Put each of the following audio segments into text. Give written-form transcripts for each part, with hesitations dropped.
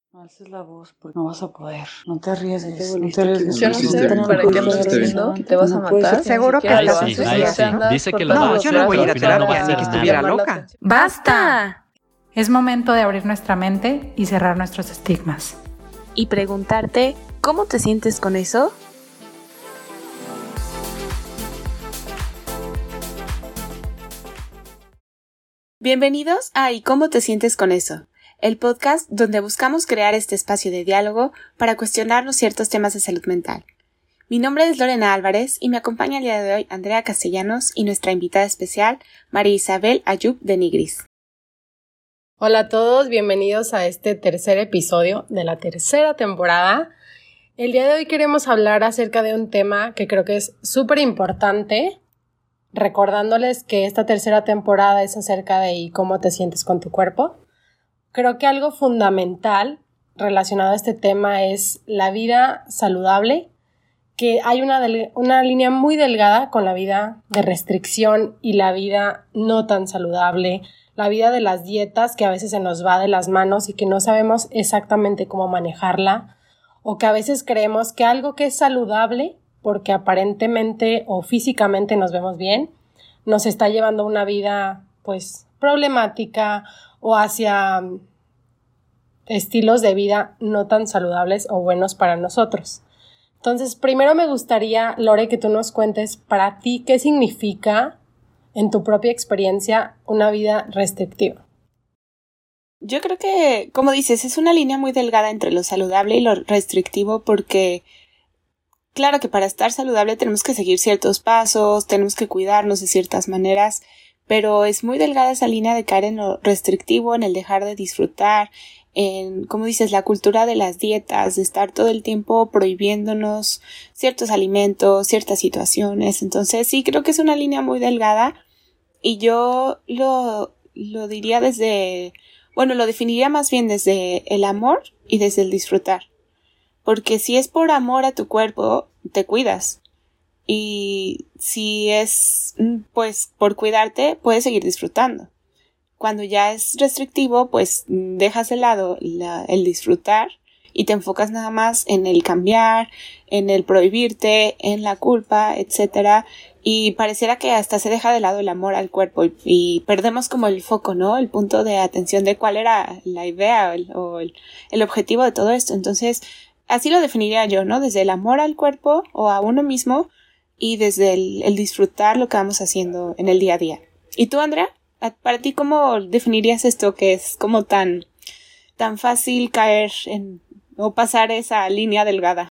No alces la voz porque no vas a poder. No te arriesgues. No te arriesgues. Yo no sé para qué me estás diciendo que te vas a matar. Seguro que lo estás haces. Dice que lo va a hacer, yo no voy a ir a pero al final no va a terapia, hacer ni que nada. estuviera loca. ¡Basta! Es momento de abrir nuestra mente y cerrar nuestros estigmas. Y preguntarte, ¿cómo te sientes con eso? Bienvenidos a ¿Y cómo te sientes con eso? El podcast donde buscamos crear este espacio de diálogo para cuestionarnos ciertos temas de salud mental. Mi nombre es Lorena Álvarez y me acompaña el día de hoy Andrea Castellanos y nuestra invitada especial, María Isabel Ayub de Nigris. Hola a todos, bienvenidos a este tercer episodio de la tercera temporada. El día de hoy queremos hablar acerca de un tema que creo que es súper importante, recordándoles que esta tercera temporada es acerca de ¿y cómo te sientes con tu cuerpo? Creo que algo fundamental relacionado a este tema es la vida saludable, que hay una línea muy delgada con la vida de restricción y la vida no tan saludable, la vida de las dietas que a veces se nos va de las manos y que no sabemos exactamente cómo manejarla, o que a veces creemos que algo que es saludable, porque aparentemente o físicamente nos vemos bien, nos está llevando a una vida pues problemática o hacia estilos de vida no tan saludables o buenos para nosotros. Entonces, primero me gustaría, Lore, que tú nos cuentes para ti qué significa en tu propia experiencia una vida restrictiva. Yo creo que, como dices, es una línea muy delgada entre lo saludable y lo restrictivo porque claro que para estar saludable tenemos que seguir ciertos pasos, tenemos que cuidarnos de ciertas maneras, pero es muy delgada esa línea de caer en lo restrictivo, en el dejar de disfrutar, en, como dices, la cultura de las dietas, de estar todo el tiempo prohibiéndonos ciertos alimentos, ciertas situaciones. Entonces sí, creo que es una línea muy delgada y yo lo diría lo definiría más bien desde el amor y desde el disfrutar. Porque si es por amor a tu cuerpo, te cuidas. Y si es, pues, por cuidarte, puedes seguir disfrutando. Cuando ya es restrictivo, pues, dejas de lado el disfrutar y te enfocas nada más en el cambiar, en el prohibirte, en la culpa, etcétera. Y pareciera que hasta se deja de lado el amor al cuerpo y perdemos como el foco, ¿no? El punto de atención de cuál era la idea o el objetivo de todo esto. Entonces, así lo definiría yo, ¿no? Desde el amor al cuerpo o a uno mismo y desde el disfrutar lo que vamos haciendo en el día a día. ¿Y tú, Andrea? Para ti, ¿cómo definirías esto que es como tan fácil caer o pasar esa línea delgada?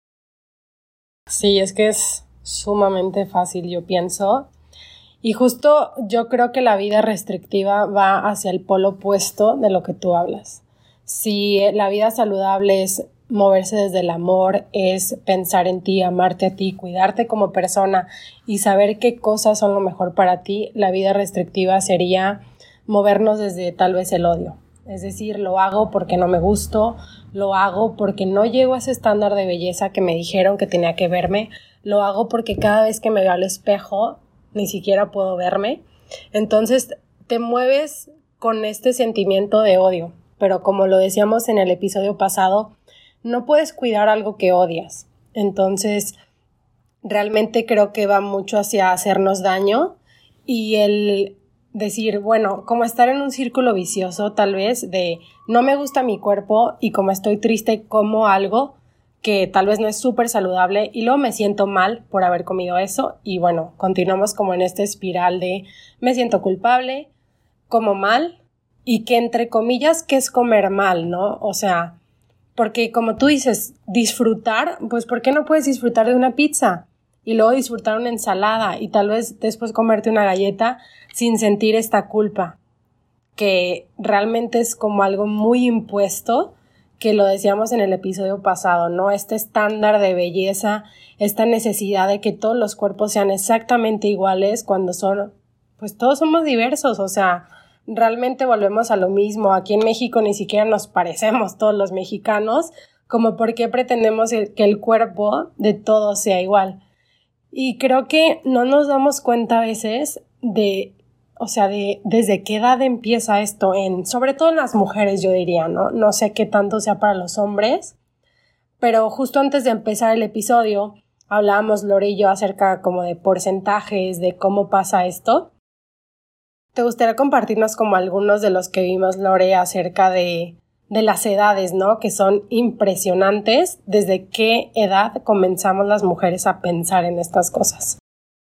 Sí, es que es sumamente fácil, yo pienso. Y justo yo creo que la vida restrictiva va hacia el polo opuesto de lo que tú hablas. Si la vida saludable es moverse desde el amor, es pensar en ti, amarte a ti, cuidarte como persona y saber qué cosas son lo mejor para ti, la vida restrictiva sería movernos desde tal vez el odio. Es decir, lo hago porque no me gusto, lo hago porque no llego a ese estándar de belleza que me dijeron que tenía que verme, lo hago porque cada vez que me veo al espejo ni siquiera puedo verme. Entonces te mueves con este sentimiento de odio, pero como lo decíamos en el episodio pasado, no puedes cuidar algo que odias. Entonces, realmente creo que va mucho hacia hacernos daño y el decir, bueno, como estar en un círculo vicioso tal vez de no me gusta mi cuerpo y como estoy triste como algo que tal vez no es súper saludable y luego me siento mal por haber comido eso y bueno, continuamos como en esta espiral de me siento culpable, como mal y que entre comillas, ¿qué es comer mal, no? O sea, porque como tú dices, disfrutar, pues ¿por qué no puedes disfrutar de una pizza? Y luego disfrutar una ensalada y tal vez después comerte una galleta sin sentir esta culpa, que realmente es como algo muy impuesto, que lo decíamos en el episodio pasado, ¿no? Este estándar de belleza, esta necesidad de que todos los cuerpos sean exactamente iguales cuando pues todos somos diversos, o sea, realmente volvemos a lo mismo. Aquí en México ni siquiera nos parecemos todos los mexicanos, como por qué pretendemos que el cuerpo de todos sea igual. Y creo que no nos damos cuenta a veces o sea, desde qué edad empieza esto, sobre todo en las mujeres, yo diría, ¿no? No sé qué tanto sea para los hombres, pero justo antes de empezar el episodio hablábamos Lore y yo acerca como de porcentajes, de cómo pasa esto. ¿Te gustaría compartirnos como algunos de los que vimos, Lore, acerca de las edades, ¿no? Que son impresionantes. ¿Desde qué edad comenzamos las mujeres a pensar en estas cosas?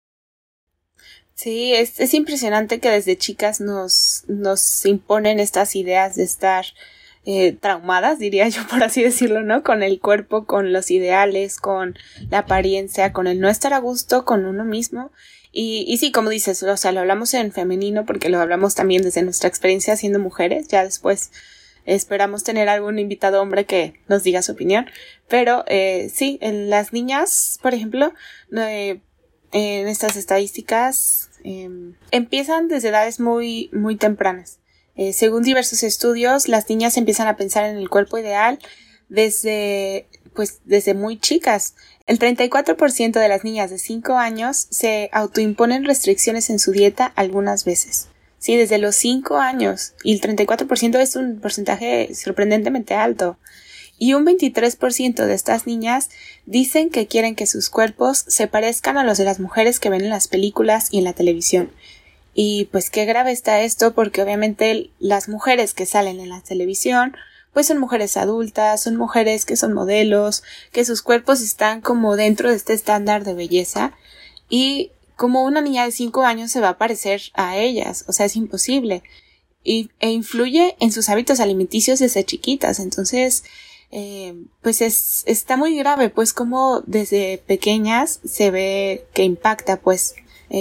Sí, es impresionante que desde chicas nos imponen estas ideas de estar traumadas, diría yo, por así decirlo, ¿no? Con el cuerpo, con los ideales, con la apariencia, con el no estar a gusto con uno mismo. Y sí, como dices, o sea, lo hablamos en femenino porque lo hablamos también desde nuestra experiencia siendo mujeres. Ya después esperamos tener algún invitado hombre que nos diga su opinión. Pero sí, en las niñas, por ejemplo, en estas estadísticas empiezan desde edades muy, muy tempranas. Según diversos estudios, las niñas empiezan a pensar en el cuerpo ideal desde muy chicas. El 34% de las niñas de 5 años se autoimponen restricciones en su dieta algunas veces. Sí, desde los 5 años. Y el 34% es un porcentaje sorprendentemente alto. Y un 23% de estas niñas dicen que quieren que sus cuerpos se parezcan a los de las mujeres que ven en las películas y en la televisión. Y pues qué grave está esto, porque obviamente las mujeres que salen en la televisión pues son mujeres adultas, son mujeres que son modelos, que sus cuerpos están como dentro de este estándar de belleza, y como una niña de 5 años se va a parecer a ellas, o sea, es imposible, e influye en sus hábitos alimenticios desde chiquitas. Entonces pues está muy grave, pues como desde pequeñas se ve que impacta pues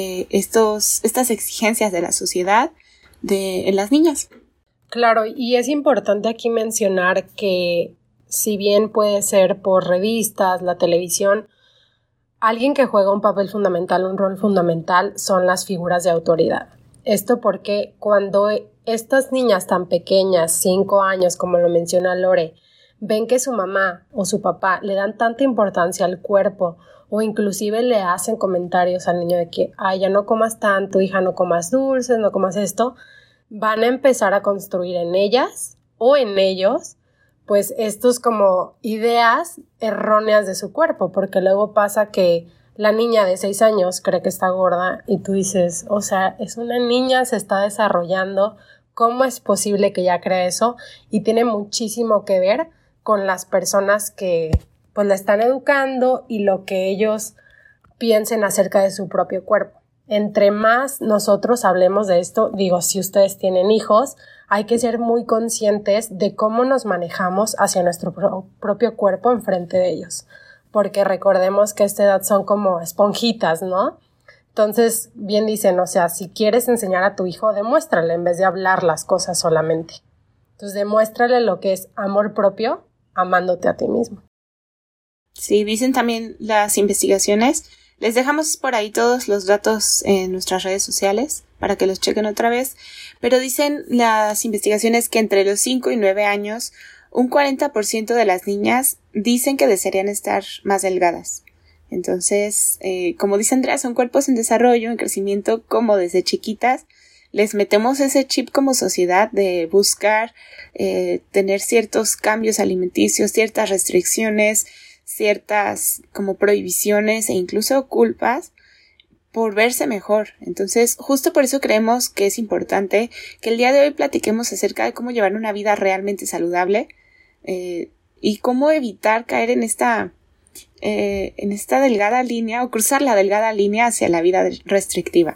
estas exigencias de la sociedad en las niñas. Claro, y es importante aquí mencionar que si bien puede ser por revistas, la televisión, alguien que juega un papel fundamental, un rol fundamental, son las figuras de autoridad. Esto porque cuando estas niñas tan pequeñas, 5 años, como lo menciona Lore, ven que su mamá o su papá le dan tanta importancia al cuerpo o inclusive le hacen comentarios al niño de que, ay, ya no comas tanto, hija, no comas dulces, no comas esto, van a empezar a construir en ellas o en ellos pues estos como ideas erróneas de su cuerpo, porque luego pasa que la niña de 6 años cree que está gorda y tú dices, o sea, es una niña, se está desarrollando, ¿cómo es posible que ya crea eso? Y tiene muchísimo que ver con las personas que pues la están educando y lo que ellos piensen acerca de su propio cuerpo. Entre más nosotros hablemos de esto, digo, si ustedes tienen hijos, hay que ser muy conscientes de cómo nos manejamos hacia nuestro propio cuerpo enfrente de ellos, porque recordemos que a esta edad son como esponjitas, ¿no? Entonces, bien dicen, o sea, si quieres enseñar a tu hijo, demuéstrale en vez de hablar las cosas solamente. Entonces, demuéstrale lo que es amor propio, amándote a ti mismo. Sí, dicen también las investigaciones. Les dejamos por ahí todos los datos en nuestras redes sociales para que los chequen otra vez, pero dicen las investigaciones que entre los 5 y 9 años, un 40% de las niñas dicen que desearían estar más delgadas. Entonces, como dice Andrea, son cuerpos en desarrollo, en crecimiento, como desde chiquitas. Les metemos ese chip como sociedad de buscar tener ciertos cambios alimenticios, ciertas restricciones, ciertas como prohibiciones e incluso culpas por verse mejor. Entonces, justo por eso creemos que es importante que el día de hoy platiquemos acerca de cómo llevar una vida realmente saludable y cómo evitar caer en esta delgada línea o cruzar la delgada línea hacia la vida restrictiva.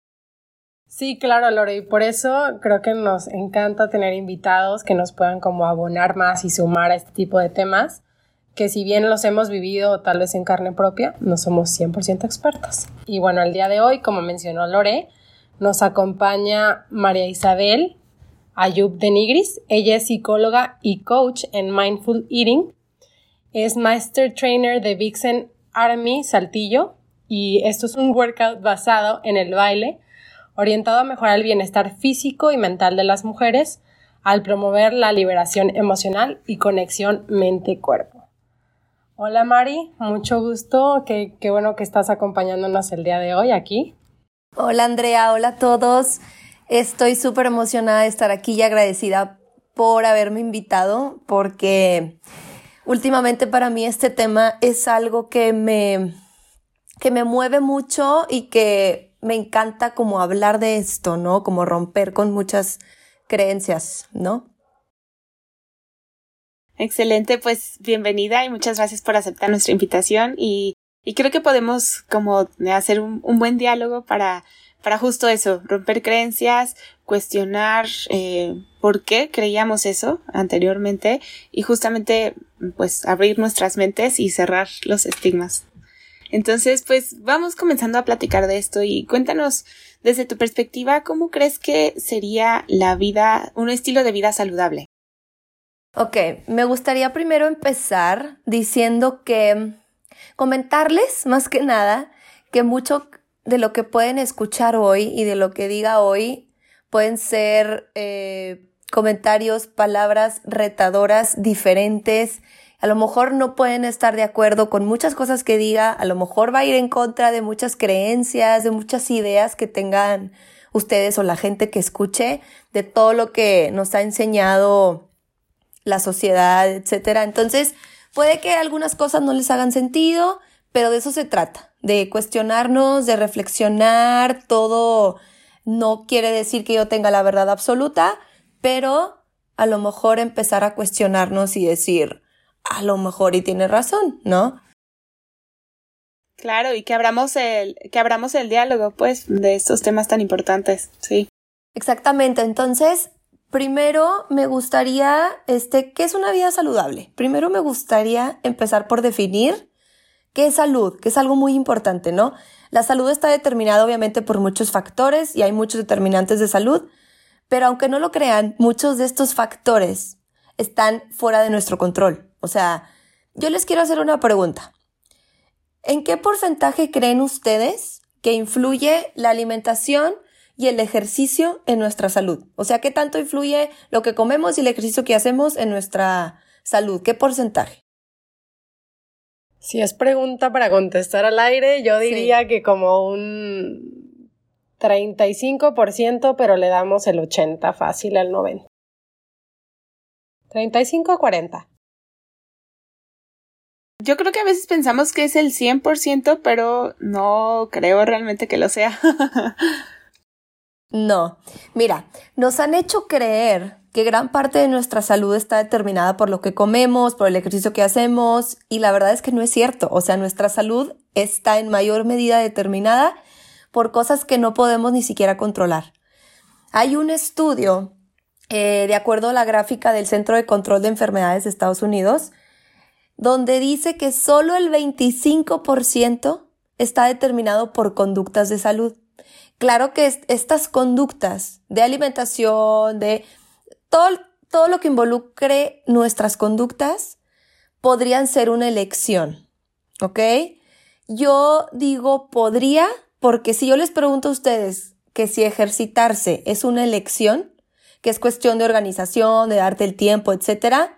Sí, claro, Lore, y por eso creo que nos encanta tener invitados que nos puedan como abonar más y sumar a este tipo de temas, que si bien los hemos vivido tal vez en carne propia, no somos 100% expertos. Y bueno, el día de hoy, como mencionó Lore, nos acompaña María Isabel Ayub de Nigris. Ella es psicóloga y coach en Mindful Eating. Es Master Trainer de Vixen Army Saltillo y esto es un workout basado en el baile, orientado a mejorar el bienestar físico y mental de las mujeres al promover la liberación emocional y conexión mente-cuerpo. Hola Mari, mucho gusto, qué bueno que estás acompañándonos el día de hoy aquí. Hola Andrea, hola a todos. Estoy súper emocionada de estar aquí y agradecida por haberme invitado, porque últimamente para mí este tema es algo que me mueve mucho y que me encanta como hablar de esto, ¿no? Como romper con muchas creencias, ¿no? Excelente, pues bienvenida y muchas gracias por aceptar nuestra invitación y creo que podemos como hacer un buen diálogo para justo eso, romper creencias, cuestionar por qué creíamos eso anteriormente y justamente pues abrir nuestras mentes y cerrar los estigmas. Entonces, pues vamos comenzando a platicar de esto y cuéntanos desde tu perspectiva, ¿cómo crees que sería la vida, un estilo de vida saludable? Ok, me gustaría primero empezar diciendo comentarles más que nada que mucho de lo que pueden escuchar hoy y de lo que diga hoy pueden ser comentarios, palabras retadoras, diferentes. A lo mejor no pueden estar de acuerdo con muchas cosas que diga, a lo mejor va a ir en contra de muchas creencias, de muchas ideas que tengan ustedes o la gente que escuche, de todo lo que nos ha enseñado la sociedad, etcétera. Entonces, puede que algunas cosas no les hagan sentido, pero de eso se trata, de cuestionarnos, de reflexionar. Todo no quiere decir que yo tenga la verdad absoluta, pero a lo mejor empezar a cuestionarnos y decir, a lo mejor y tiene razón, ¿no? Claro, y que abramos el diálogo, pues, de estos temas tan importantes, sí. Exactamente, entonces, primero me gustaría, ¿qué es una vida saludable? Primero me gustaría empezar por definir qué es salud, que es algo muy importante, ¿no? La salud está determinada obviamente por muchos factores y hay muchos determinantes de salud, pero aunque no lo crean, muchos de estos factores están fuera de nuestro control. O sea, yo les quiero hacer una pregunta. ¿En qué porcentaje creen ustedes que influye la alimentación y el ejercicio en nuestra salud? O sea, ¿qué tanto influye lo que comemos y el ejercicio que hacemos en nuestra salud? ¿Qué porcentaje? Si es pregunta para contestar al aire, yo diría que como un 35%, pero le damos el 80% fácil al 90%. 35-40%. Yo creo que a veces pensamos que es el 100%, pero no creo realmente que lo sea. No. Mira, nos han hecho creer que gran parte de nuestra salud está determinada por lo que comemos, por el ejercicio que hacemos, y la verdad es que no es cierto. O sea, nuestra salud está en mayor medida determinada por cosas que no podemos ni siquiera controlar. Hay un estudio, de acuerdo a la gráfica del Centro de Control de Enfermedades de Estados Unidos, donde dice que solo el 25% está determinado por conductas de salud. Claro que estas conductas de alimentación, de todo lo que involucre nuestras conductas, podrían ser una elección, ¿ok? Yo digo podría, porque si yo les pregunto a ustedes que si ejercitarse es una elección, que es cuestión de organización, de darte el tiempo, etcétera,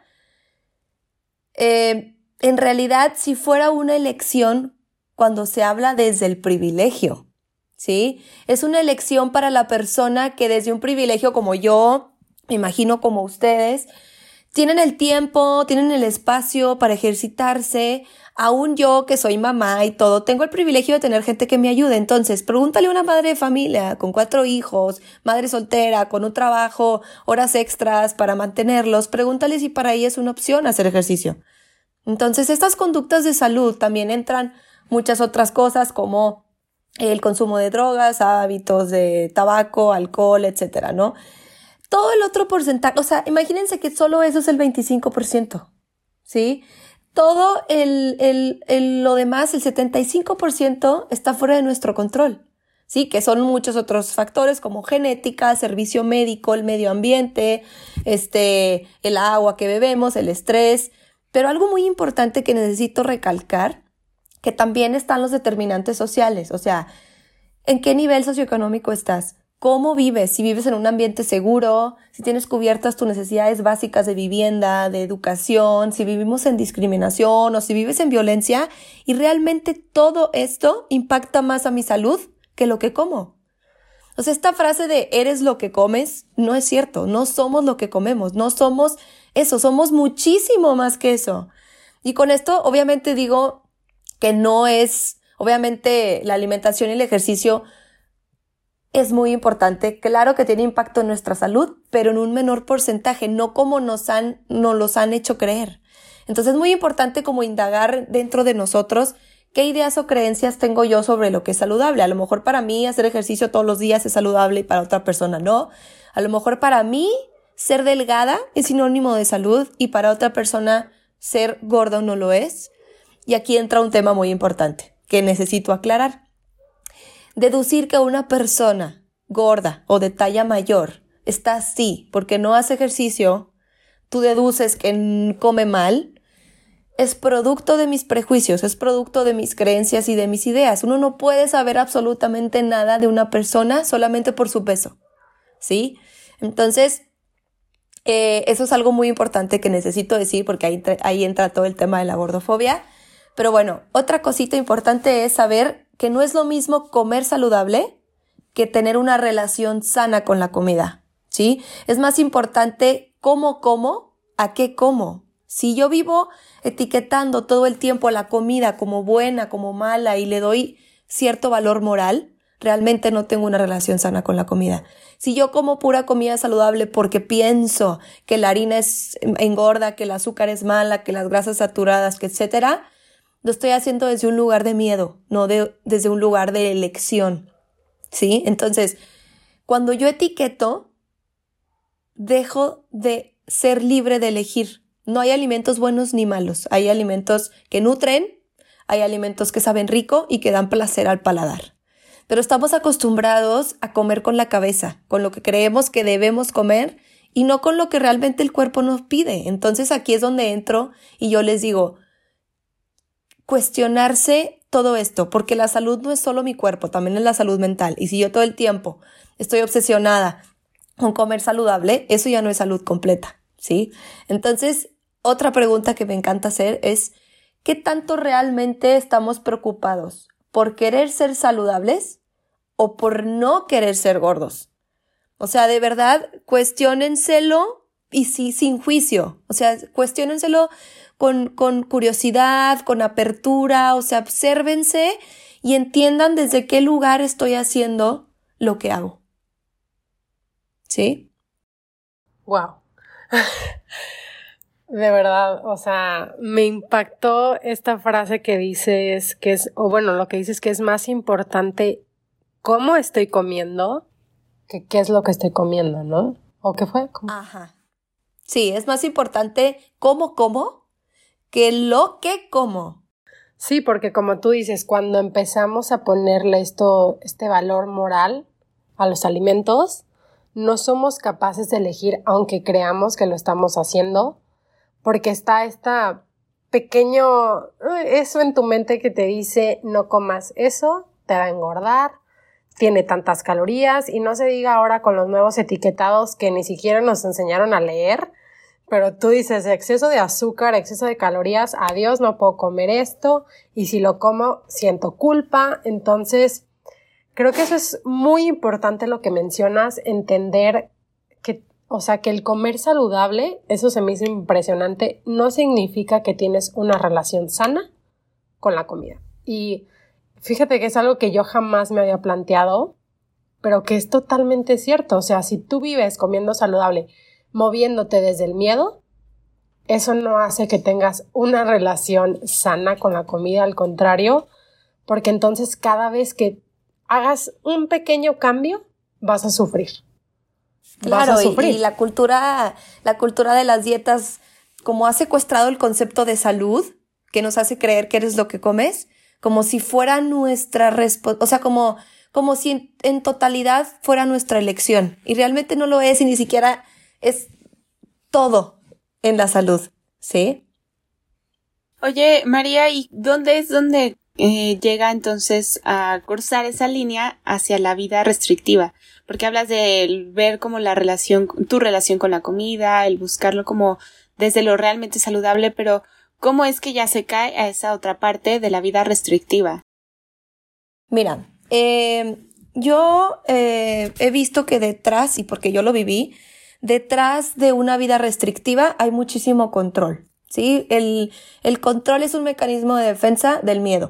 en realidad, si fuera una elección, cuando se habla desde el privilegio, ¿sí? Es una elección para la persona que desde un privilegio como yo, me imagino como ustedes, tienen el tiempo, tienen el espacio para ejercitarse. Aún yo, que soy mamá y todo, tengo el privilegio de tener gente que me ayude. Entonces, pregúntale a una madre de familia con 4 hijos, madre soltera, con un trabajo, horas extras para mantenerlos. Pregúntale si para ella es una opción hacer ejercicio. Entonces, estas conductas de salud también entran muchas otras cosas como el consumo de drogas, hábitos de tabaco, alcohol, etcétera, ¿no? Todo el otro porcentaje, o sea, imagínense que solo eso es el 25%, ¿sí? Todo lo demás, el 75%, está fuera de nuestro control, ¿sí? Que son muchos otros factores como genética, servicio médico, el medio ambiente, el agua que bebemos, el estrés. Pero algo muy importante que necesito recalcar, que también están los determinantes sociales. O sea, ¿en qué nivel socioeconómico estás? ¿Cómo vives? Si vives en un ambiente seguro, si tienes cubiertas tus necesidades básicas de vivienda, de educación, si vivimos en discriminación o si vives en violencia, y realmente todo esto impacta más a mi salud que lo que como. O sea, esta frase de eres lo que comes no es cierto, no somos lo que comemos, no somos eso, somos muchísimo más que eso. Y con esto obviamente digo que no es, obviamente la alimentación y el ejercicio es muy importante, claro que tiene impacto en nuestra salud, pero en un menor porcentaje, no como nos los han hecho creer. Entonces es muy importante como indagar dentro de nosotros qué ideas o creencias tengo yo sobre lo que es saludable. A lo mejor para mí hacer ejercicio todos los días es saludable y para otra persona no. A lo mejor para mí ser delgada es sinónimo de salud y para otra persona ser gorda no lo es. Y aquí entra un tema muy importante que necesito aclarar. Deducir que una persona gorda o de talla mayor está así porque no hace ejercicio, tú deduces que come mal, es producto de mis prejuicios, es producto de mis creencias y de mis ideas. Uno no puede saber absolutamente nada de una persona solamente por su peso, ¿sí? Entonces, eso es algo muy importante que necesito decir porque ahí entra todo el tema de la gordofobia. Pero bueno, otra cosita importante es saber que no es lo mismo comer saludable que tener una relación sana con la comida, ¿sí? Es más importante cómo como a qué como. Si yo vivo etiquetando todo el tiempo la comida como buena, como mala y le doy cierto valor moral, realmente no tengo una relación sana con la comida. Si yo como pura comida saludable porque pienso que la harina engorda, que el azúcar es mala, que las grasas saturadas, que etcétera, lo estoy haciendo desde un lugar de miedo, no desde un lugar de elección, ¿sí? Entonces, cuando yo etiqueto, dejo de ser libre de elegir. No hay alimentos buenos ni malos. Hay alimentos que nutren, hay alimentos que saben rico y que dan placer al paladar. Pero estamos acostumbrados a comer con la cabeza, con lo que creemos que debemos comer y no con lo que realmente el cuerpo nos pide. Entonces aquí es donde entro y yo les digo, cuestionarse todo esto, porque la salud no es solo mi cuerpo, también es la salud mental. Y si yo todo el tiempo estoy obsesionada con comer saludable, eso ya no es salud completa, ¿sí? Entonces, otra pregunta que me encanta hacer es, ¿qué tanto realmente estamos preocupados por querer ser saludables o por no querer ser gordos? O sea, de verdad, cuestiónenselo y sí, sin juicio. O sea, cuestiónenselo con curiosidad, con apertura, o sea, obsérvense y entiendan desde qué lugar estoy haciendo lo que hago. ¿Sí? Wow. De verdad, o sea, me impactó esta frase que dices que es, o bueno, lo que dices que es más importante cómo estoy comiendo que qué es lo que estoy comiendo, ¿no? ¿O qué fue? ¿Cómo? Ajá. Sí, es más importante cómo como que lo que como. Sí, porque como tú dices, cuando empezamos a ponerle este valor moral a los alimentos, no somos capaces de elegir aunque creamos que lo estamos haciendo, porque está pequeño eso en tu mente que te dice no comas eso, te va a engordar, tiene tantas calorías y no se diga ahora con los nuevos etiquetados que ni siquiera nos enseñaron a leer, pero tú dices exceso de azúcar, exceso de calorías, adiós, no puedo comer esto y si lo como siento culpa. Entonces creo que eso es muy importante lo que mencionas, entender que, o sea, que el comer saludable, eso se me hizo impresionante, no significa que tienes una relación sana con la comida. Y fíjate que es algo que yo jamás me había planteado, pero que es totalmente cierto. O sea, si tú vives comiendo saludable, moviéndote desde el miedo, eso no hace que tengas una relación sana con la comida, al contrario, porque entonces cada vez que hagas un pequeño cambio, vas a sufrir. Claro, y la cultura de las dietas, como ha secuestrado el concepto de salud, que nos hace creer que eres lo que comes, como si fuera nuestra responsabilidad, o sea, como si en totalidad fuera nuestra elección. Y realmente no lo es y ni siquiera es todo en la salud, ¿sí? Oye, María, ¿y dónde es donde llega entonces a cruzar esa línea hacia la vida restrictiva? Porque hablas de ver como tu relación con la comida, el buscarlo como desde lo realmente saludable, pero ¿cómo es que ya se cae a esa otra parte de la vida restrictiva? Mira, yo he visto que detrás, y porque yo lo viví, detrás de una vida restrictiva hay muchísimo control, ¿sí? El control es un mecanismo de defensa del miedo.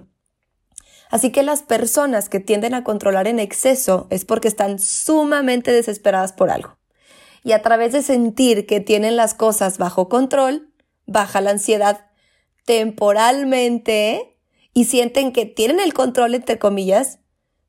Así que las personas que tienden a controlar en exceso es porque están sumamente desesperadas por algo. Y a través de sentir que tienen las cosas bajo control, baja la ansiedad temporalmente y sienten que tienen el control, entre comillas,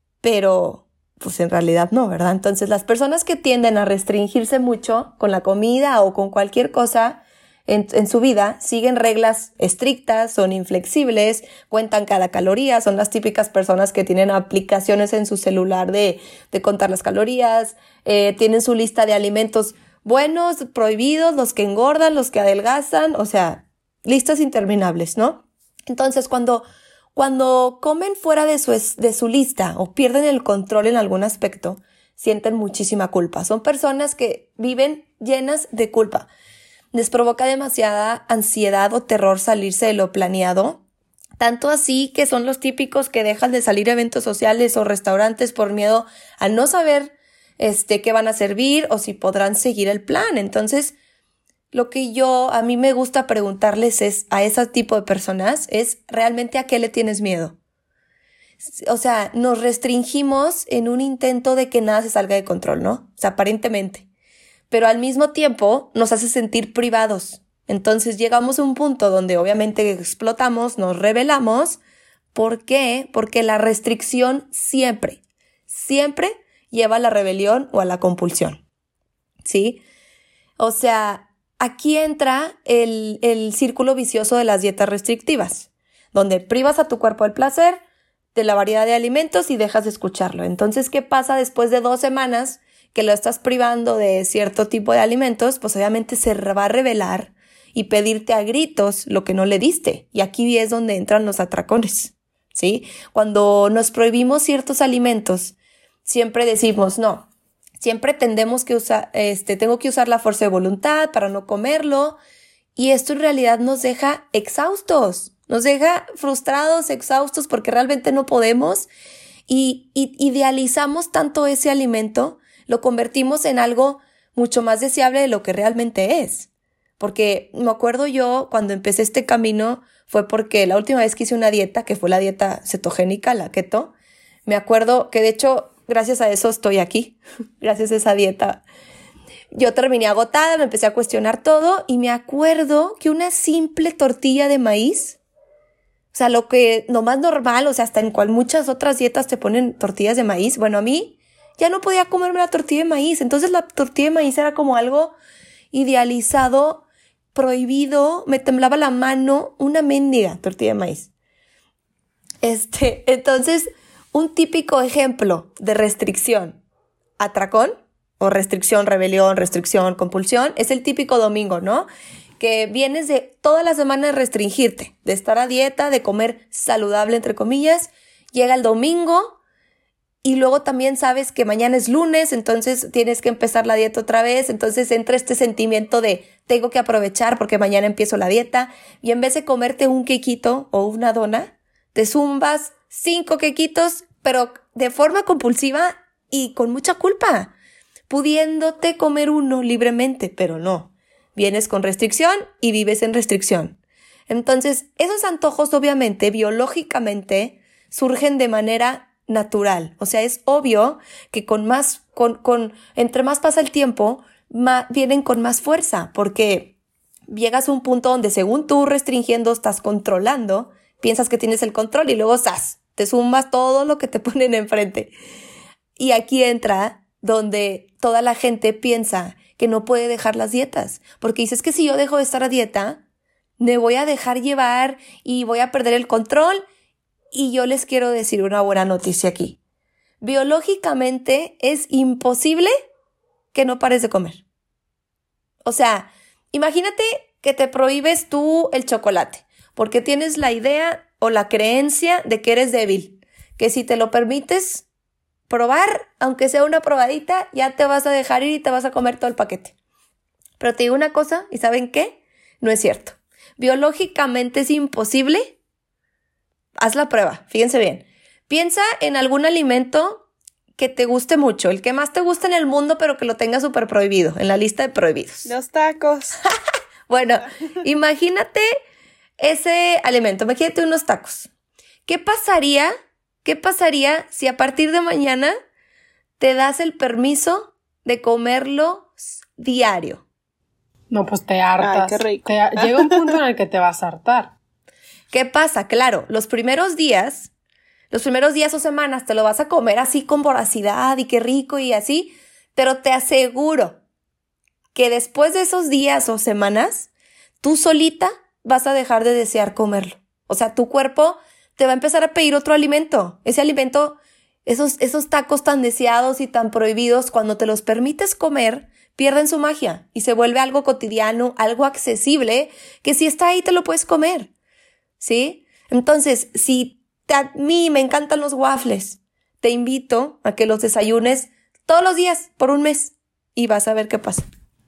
pero pues en realidad no, ¿verdad? Entonces las personas que tienden a restringirse mucho con la comida o con cualquier cosa en su vida, siguen reglas estrictas, son inflexibles, cuentan cada caloría, son las típicas personas que tienen aplicaciones en su celular de contar las calorías, tienen su lista de alimentos buenos, prohibidos, los que engordan, los que adelgazan, o sea, listas interminables, ¿no? Entonces, cuando comen fuera de su lista o pierden el control en algún aspecto, sienten muchísima culpa. Son personas que viven llenas de culpa. Les provoca demasiada ansiedad o terror salirse de lo planeado, tanto así que son los típicos que dejan de salir a eventos sociales o restaurantes por miedo a no saber qué van a servir o si podrán seguir el plan. Entonces, lo que a mí me gusta preguntarles es a ese tipo de personas es ¿realmente a qué le tienes miedo? O sea, nos restringimos en un intento de que nada se salga de control, ¿no? O sea, aparentemente. Pero al mismo tiempo nos hace sentir privados. Entonces llegamos a un punto donde obviamente explotamos, nos rebelamos. ¿Por qué? Porque la restricción siempre lleva a la rebelión o a la compulsión, ¿sí? O sea, aquí entra el círculo vicioso de las dietas restrictivas, donde privas a tu cuerpo del placer, de la variedad de alimentos y dejas de escucharlo. Entonces, ¿qué pasa después de 2 semanas que lo estás privando de cierto tipo de alimentos? Pues obviamente se va a rebelar y pedirte a gritos lo que no le diste. Y aquí es donde entran los atracones, ¿sí? Cuando nos prohibimos ciertos alimentos, siempre decimos no. Siempre tendemos que tengo que usar la fuerza de voluntad para no comerlo. Y esto en realidad nos deja exhaustos, nos deja frustrados, exhaustos porque realmente no podemos. Y idealizamos tanto ese alimento, lo convertimos en algo mucho más deseable de lo que realmente es. Porque me acuerdo yo cuando empecé este camino fue porque la última vez que hice una dieta, que fue la dieta cetogénica, la keto, me acuerdo que de hecho gracias a eso estoy aquí, gracias a esa dieta. Yo terminé agotada, me empecé a cuestionar todo y me acuerdo que una simple tortilla de maíz, o sea, lo que no más normal, o sea, hasta en cual muchas otras dietas te ponen tortillas de maíz, bueno, a mí ya no podía comerme la tortilla de maíz. Entonces la tortilla de maíz era como algo idealizado, prohibido, me temblaba la mano, una mendiga tortilla de maíz. Entonces, un típico ejemplo de restricción, atracón o restricción, rebelión, restricción, compulsión, es el típico domingo, ¿no? Que vienes de toda la semana de restringirte, de estar a dieta, de comer saludable, entre comillas, llega el domingo. Y luego también sabes que mañana es lunes, entonces tienes que empezar la dieta otra vez. Entonces entra este sentimiento de tengo que aprovechar porque mañana empiezo la dieta. Y en vez de comerte un quequito o una dona, te zumbas 5 quequitos, pero de forma compulsiva y con mucha culpa, pudiéndote comer uno libremente, pero no. Vienes con restricción y vives en restricción. Entonces, esos antojos obviamente, biológicamente, surgen de manera natural. O sea, es obvio que entre más pasa el tiempo, vienen con más fuerza, porque llegas a un punto donde según tú restringiendo estás controlando, piensas que tienes el control y luego ¡zas!, te zumbas todo lo que te ponen enfrente. Y aquí entra donde toda la gente piensa que no puede dejar las dietas, porque dices que si yo dejo de estar a dieta, me voy a dejar llevar y voy a perder el control. Y yo les quiero decir una buena noticia aquí. Biológicamente es imposible que no pares de comer. O sea, imagínate que te prohíbes tú el chocolate porque tienes la idea o la creencia de que eres débil, que si te lo permites probar, aunque sea una probadita, ya te vas a dejar ir y te vas a comer todo el paquete. Pero te digo una cosa, ¿y saben qué? No es cierto. Biológicamente es imposible. Haz la prueba, fíjense bien. Piensa en algún alimento que te guste mucho, el que más te guste en el mundo, pero que lo tenga súper prohibido, en la lista de prohibidos. Los tacos. Bueno, imagínate ese alimento, imagínate unos tacos. ¿Qué pasaría si a partir de mañana te das el permiso de comerlos diario? No, pues te hartas. Ay, qué rico. Llega un punto en el que te vas a hartar. ¿Qué pasa? Claro, los primeros días o semanas te lo vas a comer así con voracidad y qué rico y así, pero te aseguro que después de esos días o semanas, tú solita vas a dejar de desear comerlo. O sea, tu cuerpo te va a empezar a pedir otro alimento. Ese alimento, esos tacos tan deseados y tan prohibidos, cuando te los permites comer, pierden su magia y se vuelve algo cotidiano, algo accesible, que si está ahí te lo puedes comer, ¿sí? Entonces, si a mí me encantan los waffles, te invito a que los desayunes todos los días por un mes y vas a ver qué pasa.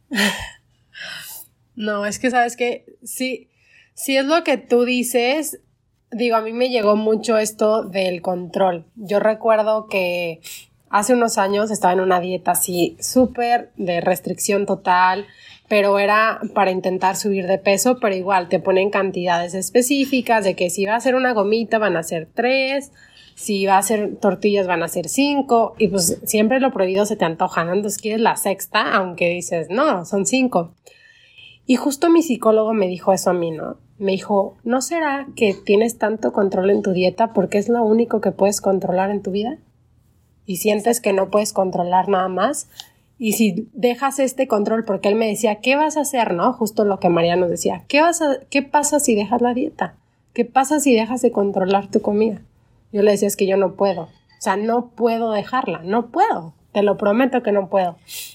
No, es que sabes que sí es lo que tú dices. Digo, a mí me llegó mucho esto del control. Yo recuerdo que hace unos años estaba en una dieta así súper de restricción total, pero era para intentar subir de peso, pero igual te ponen cantidades específicas de que si va a ser una gomita van a ser 3, si va a ser tortillas van a ser 5, y pues siempre lo prohibido se te antoja, ¿no? Entonces quieres la sexta, aunque dices, no, son 5. Y justo mi psicólogo me dijo eso a mí, ¿no? Me dijo, ¿no será que tienes tanto control en tu dieta porque es lo único que puedes controlar en tu vida? Y sientes que no puedes controlar nada más. Y si dejas este control, porque él me decía, ¿qué vas a hacer, no? Justo lo que María nos decía, ¿qué pasa si dejas la dieta? ¿Qué pasa si dejas de controlar tu comida? Yo le decía, es que yo no puedo. O sea, no puedo dejarla, no puedo. Te lo prometo que no puedo.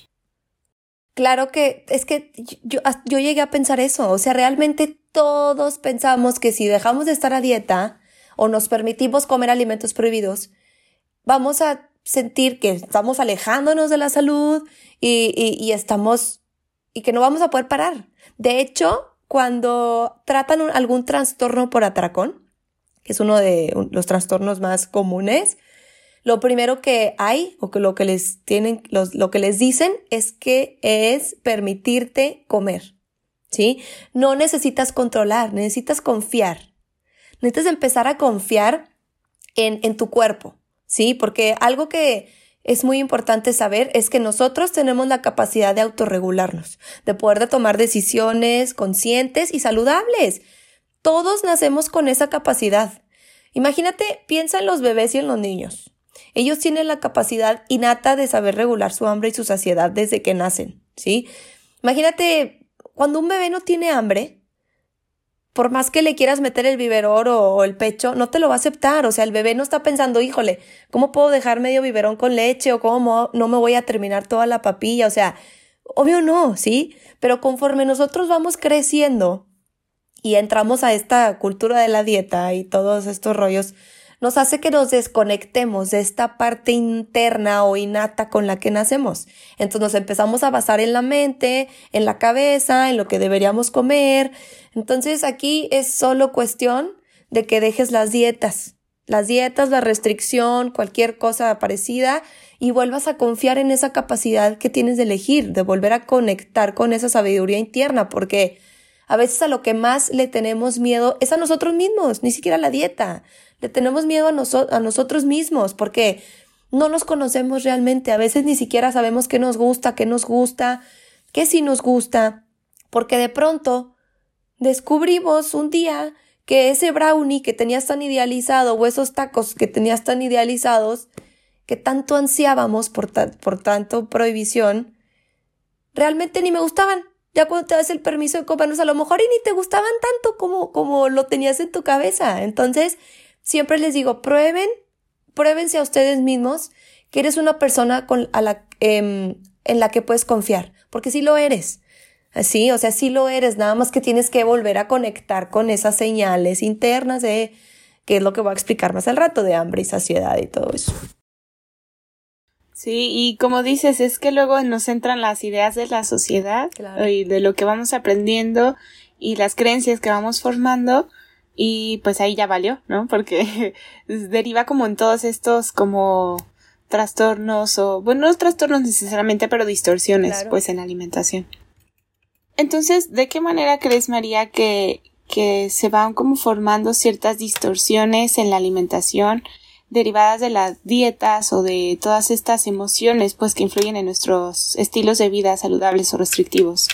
Claro que es que yo llegué a pensar eso. O sea, realmente todos pensamos que si dejamos de estar a dieta o nos permitimos comer alimentos prohibidos, vamos a sentir que estamos alejándonos de la salud y que no vamos a poder parar. De hecho, cuando tratan algún trastorno por atracón, que es uno de los trastornos más comunes, lo primero que hay, o que lo que les dicen es que es permitirte comer, ¿sí? No necesitas controlar, necesitas confiar. Necesitas empezar a confiar en tu cuerpo, ¿sí? Porque algo que es muy importante saber es que nosotros tenemos la capacidad de autorregularnos, de poder tomar decisiones conscientes y saludables. Todos nacemos con esa capacidad. Imagínate, piensa en los bebés y en los niños. Ellos tienen la capacidad innata de saber regular su hambre y su saciedad desde que nacen, ¿sí? Imagínate, cuando un bebé no tiene hambre, por más que le quieras meter el biberón o el pecho, no te lo va a aceptar. O sea, el bebé no está pensando, híjole, ¿cómo puedo dejar medio biberón con leche? O ¿cómo no me voy a terminar toda la papilla? O sea, obvio no, ¿sí? Pero conforme nosotros vamos creciendo y entramos a esta cultura de la dieta y todos estos rollos, nos hace que nos desconectemos de esta parte interna o innata con la que nacemos. Entonces nos empezamos a basar en la mente, en la cabeza, en lo que deberíamos comer. Entonces aquí es solo cuestión de que dejes las dietas, la restricción, cualquier cosa parecida, y vuelvas a confiar en esa capacidad que tienes de elegir, de volver a conectar con esa sabiduría interna, porque a veces a lo que más le tenemos miedo es a nosotros mismos, ni siquiera a la dieta. Le tenemos miedo a nosotros mismos porque no nos conocemos realmente. A veces ni siquiera sabemos qué nos gusta, qué sí nos gusta, porque de pronto descubrimos un día que ese brownie que tenías tan idealizado o esos tacos que tenías tan idealizados, que tanto ansiábamos por tanto prohibición, realmente ni me gustaban. Ya cuando te das el permiso de comerlos, a lo mejor y ni te gustaban tanto como lo tenías en tu cabeza. Entonces, siempre les digo, pruébense a ustedes mismos que eres una persona en la que puedes confiar, porque sí lo eres. Así, o sea, sí lo eres, nada más que tienes que volver a conectar con esas señales internas de, que es lo que voy a explicar más al rato, de hambre y saciedad y todo eso. Sí, y como dices, es que luego nos entran las ideas de la sociedad, claro, y de lo que vamos aprendiendo y las creencias que vamos formando, y pues ahí ya valió, ¿no? Porque deriva como en todos estos como trastornos o, bueno, no trastornos necesariamente, pero distorsiones, Claro. pues, en la alimentación. Entonces, ¿de qué manera crees, María, que se van como formando ciertas distorsiones en la alimentación derivadas de las dietas o de todas estas emociones, pues, que influyen en nuestros estilos de vida saludables o restrictivos?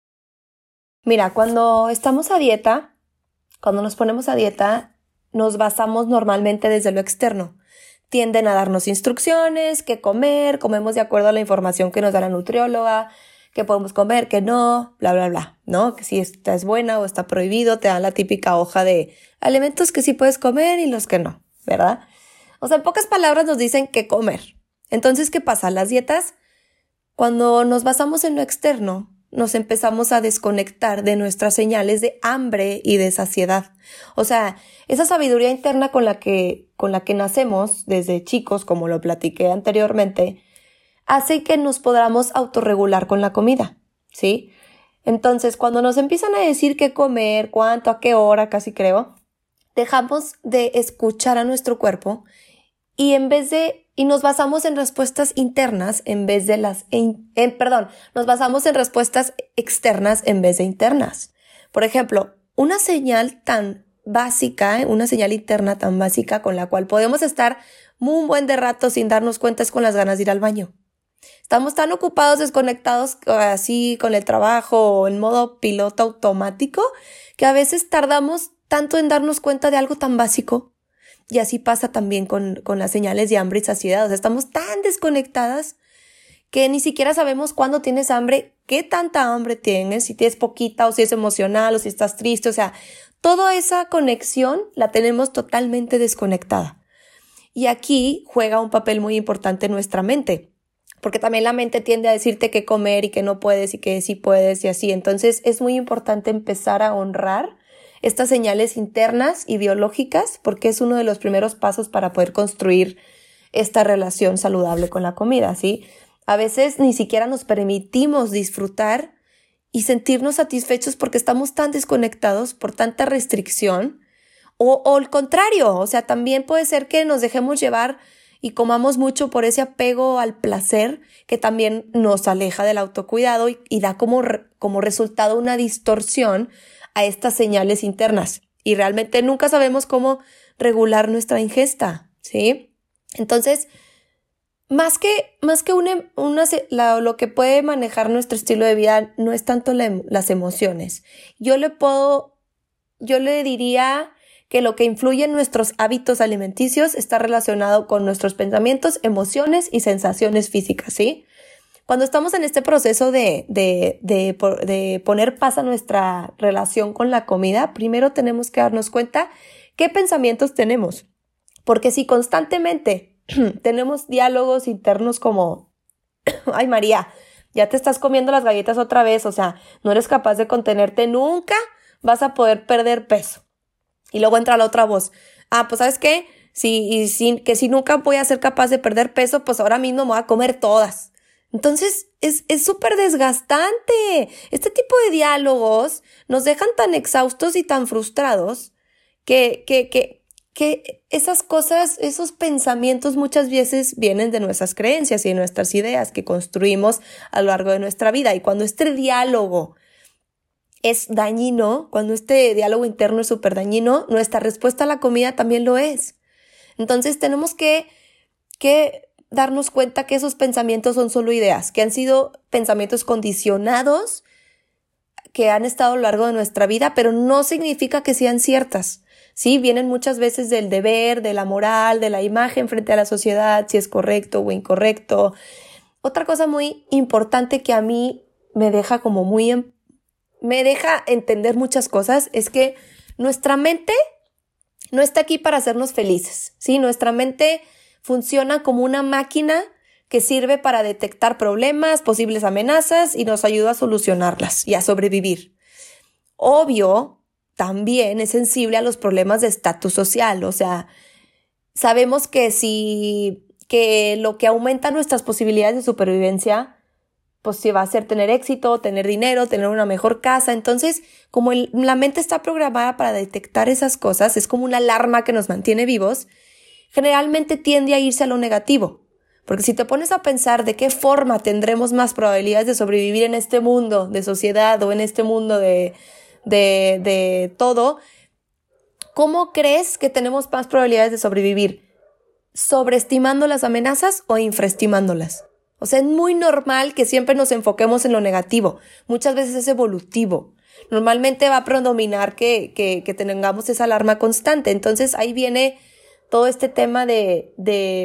Mira, cuando estamos a dieta, cuando nos ponemos a dieta, nos basamos normalmente desde lo externo. Tienden a darnos instrucciones, qué comer, comemos de acuerdo a la información que nos da la nutrióloga, qué podemos comer, qué no, bla, bla, bla, ¿no? Que si esta es buena o está prohibido, te dan la típica hoja de alimentos que sí puedes comer y los que no, ¿verdad? O sea, en pocas palabras nos dicen qué comer. Entonces, ¿qué pasa? Las dietas, cuando nos basamos en lo externo, nos empezamos a desconectar de nuestras señales de hambre y de saciedad. O sea, esa sabiduría interna con la que nacemos desde chicos, como lo platiqué anteriormente, hace que nos podamos autorregular con la comida, ¿sí? Entonces, cuando nos empiezan a decir qué comer, cuánto, a qué hora, casi creo, dejamos de escuchar a nuestro cuerpo y nos basamos en respuestas internas en vez de nos basamos en respuestas externas en vez de internas. Por ejemplo, una señal tan básica, una señal interna tan básica con la cual podemos estar un buen de rato sin darnos cuenta es con las ganas de ir al baño. Estamos tan ocupados, desconectados así con el trabajo o en modo piloto automático que a veces tardamos tanto en darnos cuenta de algo tan básico. Y así pasa también con las señales de hambre y saciedad. O sea, estamos tan desconectadas que ni siquiera sabemos cuándo tienes hambre, qué tanta hambre tienes, si tienes poquita o si es emocional o si estás triste. O sea, toda esa conexión la tenemos totalmente desconectada. Y aquí juega un papel muy importante nuestra mente, porque también la mente tiende a decirte qué comer y que no puedes y que sí puedes y así. Entonces es muy importante empezar a honrar estas señales internas y biológicas, porque es uno de los primeros pasos para poder construir esta relación saludable con la comida, ¿sí? A veces ni siquiera nos permitimos disfrutar y sentirnos satisfechos porque estamos tan desconectados por tanta restricción, o al contrario, o sea, también puede ser que nos dejemos llevar y comamos mucho por ese apego al placer que también nos aleja del autocuidado y da como resultado una distorsión a estas señales internas. Y realmente nunca sabemos cómo regular nuestra ingesta, ¿sí? Entonces, más que lo que puede manejar nuestro estilo de vida no es tanto las emociones. Yo le diría que lo que influye en nuestros hábitos alimenticios está relacionado con nuestros pensamientos, emociones y sensaciones físicas, ¿sí? Cuando estamos en este proceso de poner paz a nuestra relación con la comida, primero tenemos que darnos cuenta qué pensamientos tenemos. Porque si constantemente tenemos diálogos internos como, ay María, ya te estás comiendo las galletas otra vez, o sea, no eres capaz de contenerte, nunca vas a poder perder peso. Y luego entra la otra voz. Pues ¿sabes qué? Si nunca voy a ser capaz de perder peso, pues ahora mismo me voy a comer todas. Entonces es súper desgastante. Este tipo de diálogos nos dejan tan exhaustos y tan frustrados que esas cosas, esos pensamientos muchas veces vienen de nuestras creencias y de nuestras ideas que construimos a lo largo de nuestra vida. Y cuando este diálogo es dañino, cuando este diálogo interno es súper dañino, nuestra respuesta a la comida también lo es. Entonces tenemos que darnos cuenta que esos pensamientos son solo ideas, que han sido pensamientos condicionados, que han estado a lo largo de nuestra vida, pero no significa que sean ciertas. Sí, vienen muchas veces del deber, de la moral, de la imagen frente a la sociedad, si es correcto o incorrecto. Otra cosa muy importante que a mí me deja entender muchas cosas es que nuestra mente no está aquí para hacernos felices, ¿sí? Nuestra mente funciona como una máquina que sirve para detectar problemas, posibles amenazas y nos ayuda a solucionarlas y a sobrevivir. Obvio, también es sensible a los problemas de estatus social, o sea, sabemos que lo que aumenta nuestras posibilidades de supervivencia pues sí va a ser tener éxito, tener dinero, tener una mejor casa. Entonces, como la mente está programada para detectar esas cosas, es como una alarma que nos mantiene vivos, generalmente tiende a irse a lo negativo, Porque si te pones a pensar de qué forma tendremos más probabilidades de sobrevivir en este mundo de sociedad o en este mundo de todo, ¿cómo crees que tenemos más probabilidades de sobrevivir? ¿Sobreestimando las amenazas o infraestimándolas? O sea, es muy normal que siempre nos enfoquemos en lo negativo. Muchas veces es evolutivo. Normalmente va a predominar que tengamos esa alarma constante. Entonces ahí viene todo este tema de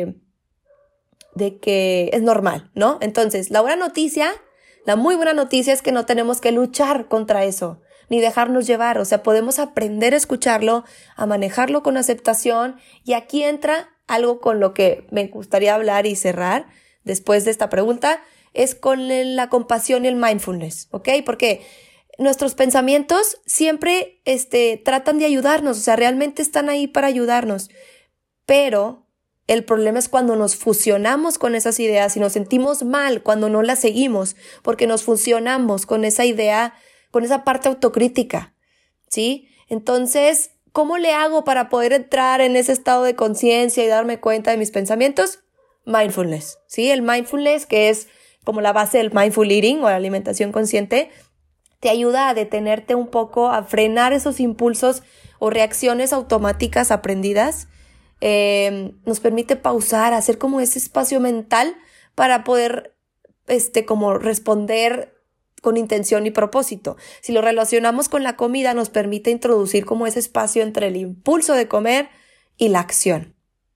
que es normal, ¿no? Entonces, la muy buena noticia es que no tenemos que luchar contra eso, ni dejarnos llevar. O sea, podemos aprender a escucharlo, a manejarlo con aceptación. Y aquí entra algo con lo que me gustaría hablar y cerrar después de esta pregunta, es con la compasión y el mindfulness, ¿ok? Porque nuestros pensamientos siempre tratan de ayudarnos, o sea, realmente están ahí para ayudarnos, pero el problema es cuando nos fusionamos con esas ideas y nos sentimos mal cuando no las seguimos, porque nos fusionamos con esa idea, con esa parte autocrítica, ¿sí? Entonces, ¿cómo le hago para poder entrar en ese estado de conciencia y darme cuenta de mis pensamientos? Mindfulness, ¿sí? El mindfulness, que es como la base del mindful eating o la alimentación consciente, te ayuda a detenerte un poco, a frenar esos impulsos o reacciones automáticas aprendidas. Nos permite pausar, hacer como ese espacio mental para poder como responder con intención y propósito. Si lo relacionamos con la comida, nos permite introducir como ese espacio entre el impulso de comer y la acción.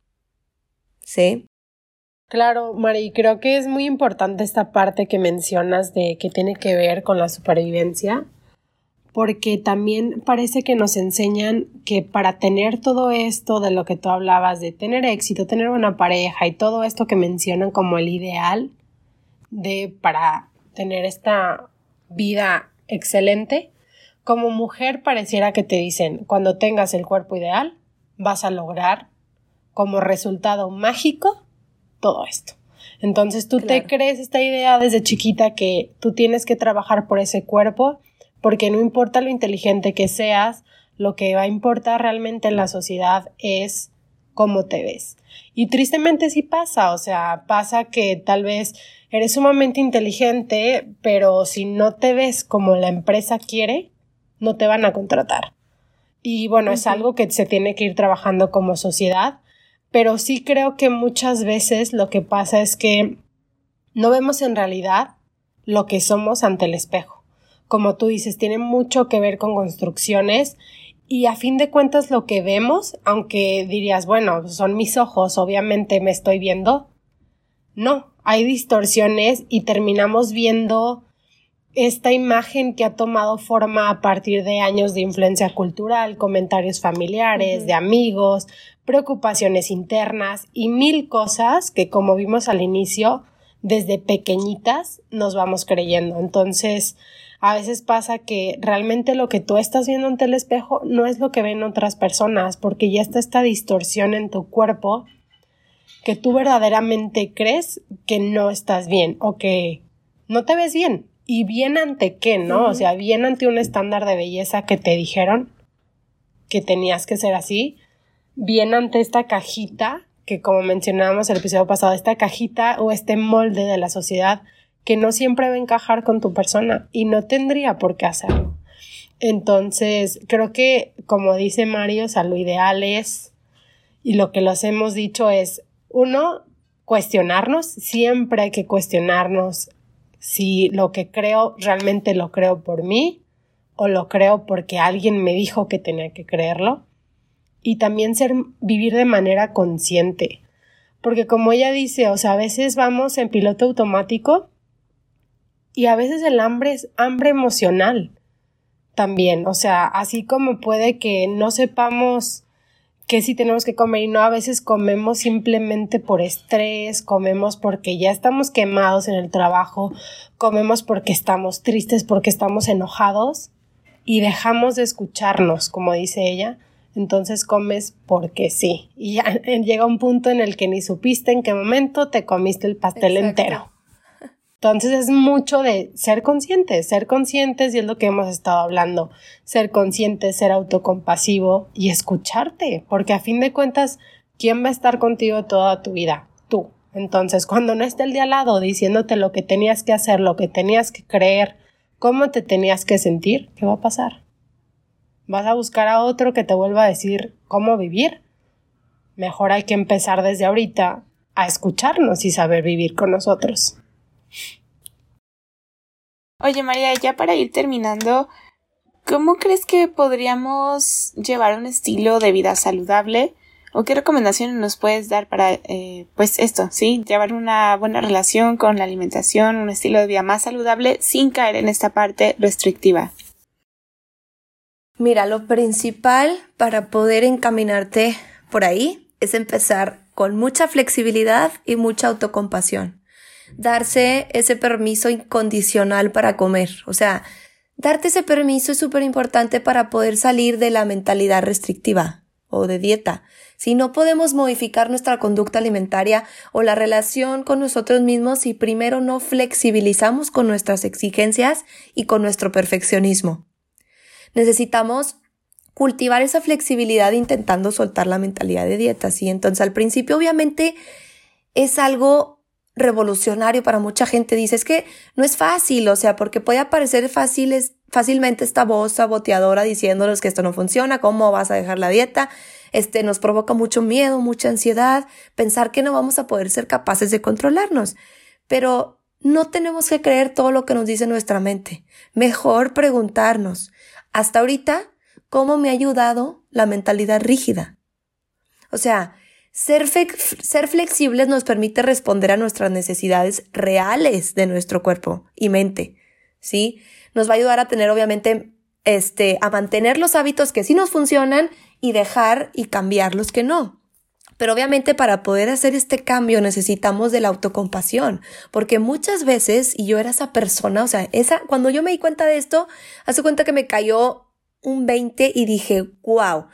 ¿Sí? Claro, Mari, creo que es muy importante esta parte que mencionas de que tiene que ver con la supervivencia, porque también parece que nos enseñan que para tener todo esto de lo que tú hablabas, de tener éxito, tener una pareja y todo esto que mencionan como el ideal para tener esta vida excelente, como mujer pareciera que te dicen, cuando tengas el cuerpo ideal, vas a lograr como resultado mágico todo esto. Entonces tú te crees esta idea desde chiquita que tú tienes que trabajar por ese cuerpo, porque no importa lo inteligente que seas, lo que va a importar realmente en la sociedad es cómo te ves. Y tristemente sí pasa, o sea, pasa que tal vez eres sumamente inteligente, pero si no te ves como la empresa quiere, no te van a contratar. Y bueno, es algo que se tiene que ir trabajando como sociedad, pero sí creo que muchas veces lo que pasa es que no vemos en realidad lo que somos ante el espejo. Como tú dices, tiene mucho que ver con construcciones y a fin de cuentas lo que vemos, aunque dirías, bueno, son mis ojos, obviamente me estoy viendo. No, hay distorsiones y terminamos viendo esta imagen que ha tomado forma a partir de años de influencia cultural, comentarios familiares, de amigos, preocupaciones internas y mil cosas que, como vimos al inicio, desde pequeñitas nos vamos creyendo. Entonces, a veces pasa que realmente lo que tú estás viendo ante el espejo no es lo que ven otras personas, porque ya está esta distorsión en tu cuerpo que tú verdaderamente crees que no estás bien o que no te ves bien. ¿Y bien ante qué, no? O sea, bien ante un estándar de belleza que te dijeron que tenías que ser así, bien ante esta cajita, que como mencionábamos el episodio pasado, esta cajita o este molde de la sociedad que no siempre va a encajar con tu persona y no tendría por qué hacerlo. Entonces, creo que, como dice Mario, o sea, lo ideal es, y lo que los hemos dicho es, uno, cuestionarnos, siempre hay que cuestionarnos si lo que creo realmente lo creo por mí o lo creo porque alguien me dijo que tenía que creerlo. Y también vivir de manera consciente. Porque como ella dice, o sea, a veces vamos en piloto automático y a veces el hambre es hambre emocional también. O sea, así como puede que no sepamos que sí tenemos que comer y no, a veces comemos simplemente por estrés, comemos porque ya estamos quemados en el trabajo, comemos porque estamos tristes, porque estamos enojados y dejamos de escucharnos, como dice ella. Entonces comes porque sí. Y ya llega un punto en el que ni supiste en qué momento te comiste el pastel entero. Entonces es mucho de ser conscientes y es lo que hemos estado hablando. Ser consciente, ser autocompasivo y escucharte. Porque a fin de cuentas, ¿quién va a estar contigo toda tu vida? Tú. Entonces, cuando no esté el de al lado diciéndote lo que tenías que hacer, lo que tenías que creer, cómo te tenías que sentir, ¿qué va a pasar? ¿Vas a buscar a otro que te vuelva a decir cómo vivir? Mejor hay que empezar desde ahorita a escucharnos y saber vivir con nosotros. Oye, María, ya para ir terminando, ¿cómo crees que podríamos llevar un estilo de vida saludable? ¿O qué recomendaciones nos puedes dar para, pues esto, ¿sí? Llevar una buena relación con la alimentación, un estilo de vida más saludable sin caer en esta parte restrictiva. Mira, lo principal para poder encaminarte por ahí es empezar con mucha flexibilidad y mucha autocompasión. Darse ese permiso incondicional para comer. O sea, darte ese permiso es súper importante para poder salir de la mentalidad restrictiva o de dieta. Si no podemos modificar nuestra conducta alimentaria o la relación con nosotros mismos si primero no flexibilizamos con nuestras exigencias y con nuestro perfeccionismo. Necesitamos cultivar esa flexibilidad intentando soltar la mentalidad de dieta, ¿sí? Entonces, al principio, obviamente, es algo revolucionario para mucha gente. Dice, es que no es fácil, o sea, porque puede aparecer fácilmente esta voz saboteadora diciéndonos que esto no funciona, ¿cómo vas a dejar la dieta? Nos provoca mucho miedo, mucha ansiedad, pensar que no vamos a poder ser capaces de controlarnos. Pero no tenemos que creer todo lo que nos dice nuestra mente. Mejor preguntarnos, hasta ahorita, ¿cómo me ha ayudado la mentalidad rígida? O sea, ser flexibles nos permite responder a nuestras necesidades reales de nuestro cuerpo y mente, ¿sí? Nos va a ayudar a tener, obviamente, a mantener los hábitos que sí nos funcionan y dejar y cambiar los que no. Pero obviamente para poder hacer este cambio necesitamos de la autocompasión, porque muchas veces, y yo era esa persona, o sea, cuando yo me di cuenta de esto, hace cuenta que me cayó un 20 y dije, wow,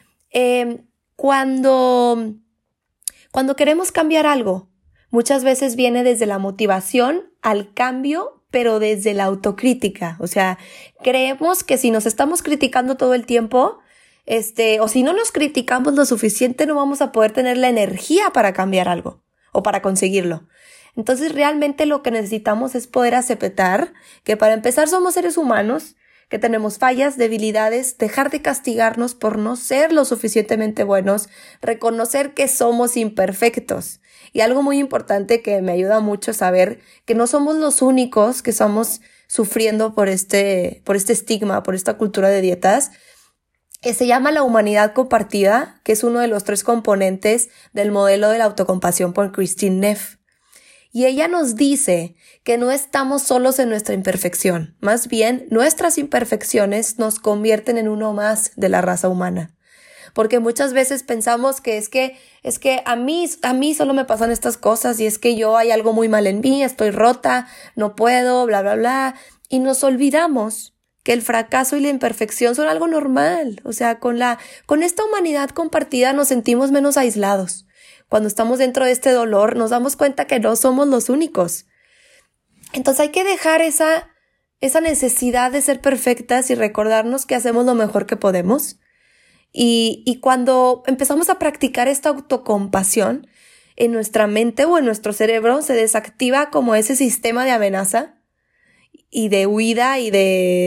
cuando queremos cambiar algo, muchas veces viene desde la motivación al cambio, pero desde la autocrítica. O sea, creemos que si nos estamos criticando todo el tiempo, o si no nos criticamos lo suficiente, no vamos a poder tener la energía para cambiar algo o para conseguirlo. Entonces, realmente lo que necesitamos es poder aceptar que para empezar somos seres humanos, que tenemos fallas, debilidades, dejar de castigarnos por no ser lo suficientemente buenos, reconocer que somos imperfectos. Y algo muy importante que me ayuda mucho es saber que no somos los únicos que estamos sufriendo por este estigma, por esta cultura de dietas, que se llama la humanidad compartida, que es uno de los 3 componentes del modelo de la autocompasión por Christine Neff. Y ella nos dice que no estamos solos en nuestra imperfección. Más bien, nuestras imperfecciones nos convierten en uno más de la raza humana. Porque muchas veces pensamos que es que a mí solo me pasan estas cosas y es que hay algo muy mal en mí, estoy rota, no puedo, bla, bla, bla. Y nos olvidamos que el fracaso y la imperfección son algo normal. O sea, con esta humanidad compartida nos sentimos menos aislados. Cuando estamos dentro de este dolor, nos damos cuenta que no somos los únicos. Entonces hay que dejar esa necesidad de ser perfectas y recordarnos que hacemos lo mejor que podemos. Y cuando empezamos a practicar esta autocompasión, en nuestra mente o en nuestro cerebro se desactiva como ese sistema de amenaza y de huida y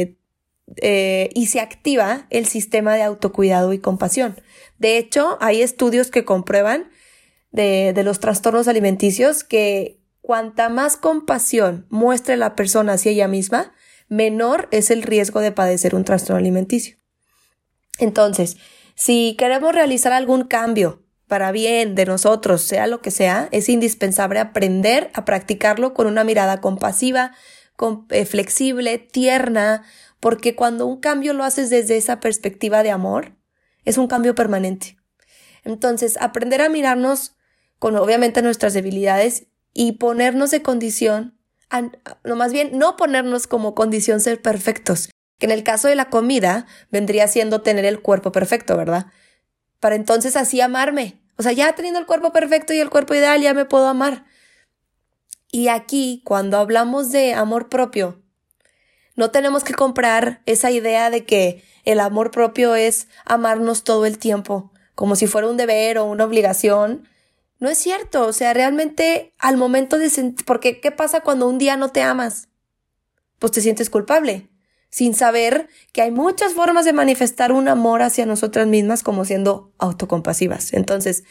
se activa el sistema de autocuidado y compasión. De hecho, hay estudios que comprueban de los trastornos alimenticios que cuanta más compasión muestre la persona hacia ella misma, menor es el riesgo de padecer un trastorno alimenticio. Entonces, si queremos realizar algún cambio para bien de nosotros, sea lo que sea, es indispensable aprender a practicarlo con una mirada compasiva, flexible, tierna, porque cuando un cambio lo haces desde esa perspectiva de amor, es un cambio permanente. Entonces, aprender a mirarnos con obviamente nuestras debilidades y ponernos de condición, más bien no ponernos como condición ser perfectos, que en el caso de la comida vendría siendo tener el cuerpo perfecto, ¿verdad? Para entonces así amarme. O sea, ya teniendo el cuerpo perfecto y el cuerpo ideal ya me puedo amar. Y aquí, cuando hablamos de amor propio, no tenemos que comprar esa idea de que el amor propio es amarnos todo el tiempo, como si fuera un deber o una obligación. No es cierto, o sea, realmente al momento de sentir, porque ¿qué pasa cuando un día no te amas? Pues te sientes culpable, sin saber que hay muchas formas de manifestar un amor hacia nosotras mismas como siendo autocompasivas. Entonces,